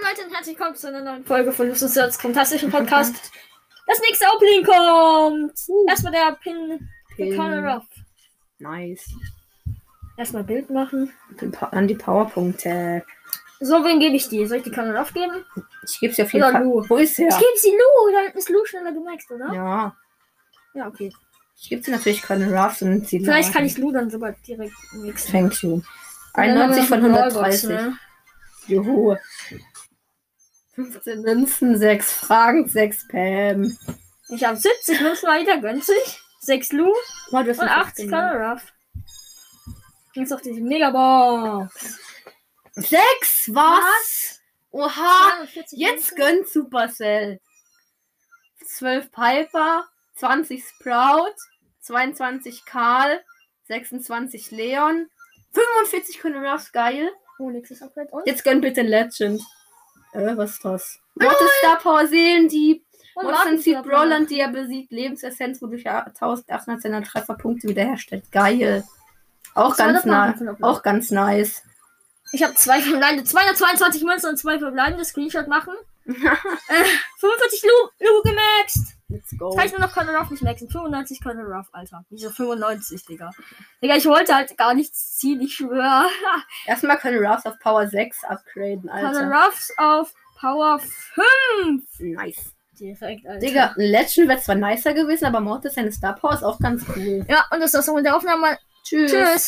Leute und herzlich willkommen zu einer neuen Folge von Lucius Search fantastischen Podcast. Das nächste Opening kommt. Erstmal der Pin. Für Colonel Ruff. Nice. Erstmal Bild machen. Dann die Powerpunkte. So, wen gebe ich die? Soll ich die Colonel Ruff geben? Ich gebe sie auf jeden Fall. Lu. Wo ist er? Ich gebe sie Lu. Da ist Lu schneller gemaxt, oder? Ja. Ja, okay. Ich gebe sie natürlich Colonel Ruff und sie Vielleicht kann ich Lu dann sogar direkt mixen. Thank you. 91 von 130. Ne? Juhu. 15 Münzen, 6 Fragen, 6 Pam. Ich habe 70 Münzen weiter, gönnt sich. 6 Lu Oh, du hast und 80 Colonel Ruff. Jetzt noch diese Megabox. 6? Was? Oha. 42 Jetzt Münzen. gönnt Supercell. 12 Piper, 20 Sprout, 22 Karl, 26 Leon, 45 Colonel Ruffs, geil. Oh, nächstes Upgrade. Und? Jetzt gönn bitte Legend. Was ist das? Mortis Star Power Seelendieb. Und Mortis Seed Martin Brawler, die er besiegt. Lebensessenz, wodurch er 1800 Trefferpunkte wiederherstellt. Geil. Auch Was soll ganz das machen nice. für ein Upgrade? Auch ganz nice. Ich habe 2 verbleibende, 222 Münzen und 2 verbleibende. Screenshot machen. 45 Lu gemaxt. Let's go. Jetzt kann ich nur noch Colonel Ruff nicht maxen. 95 Colonel Ruff, Alter. Wieso 95, Digga? Digga, ich wollte halt gar nichts ziehen, ich schwöre. Erstmal Colonel Ruffs auf Power 6 upgraden, Alter. Colonel Ruffs auf Power 5. Nice. Direkt, Alter. Digga, Legend wäre zwar nicer gewesen, aber Mortis seine Star Power ist auch ganz cool. Ja, und das ist das so mit der Aufnahme. Tschüss. Tschüss.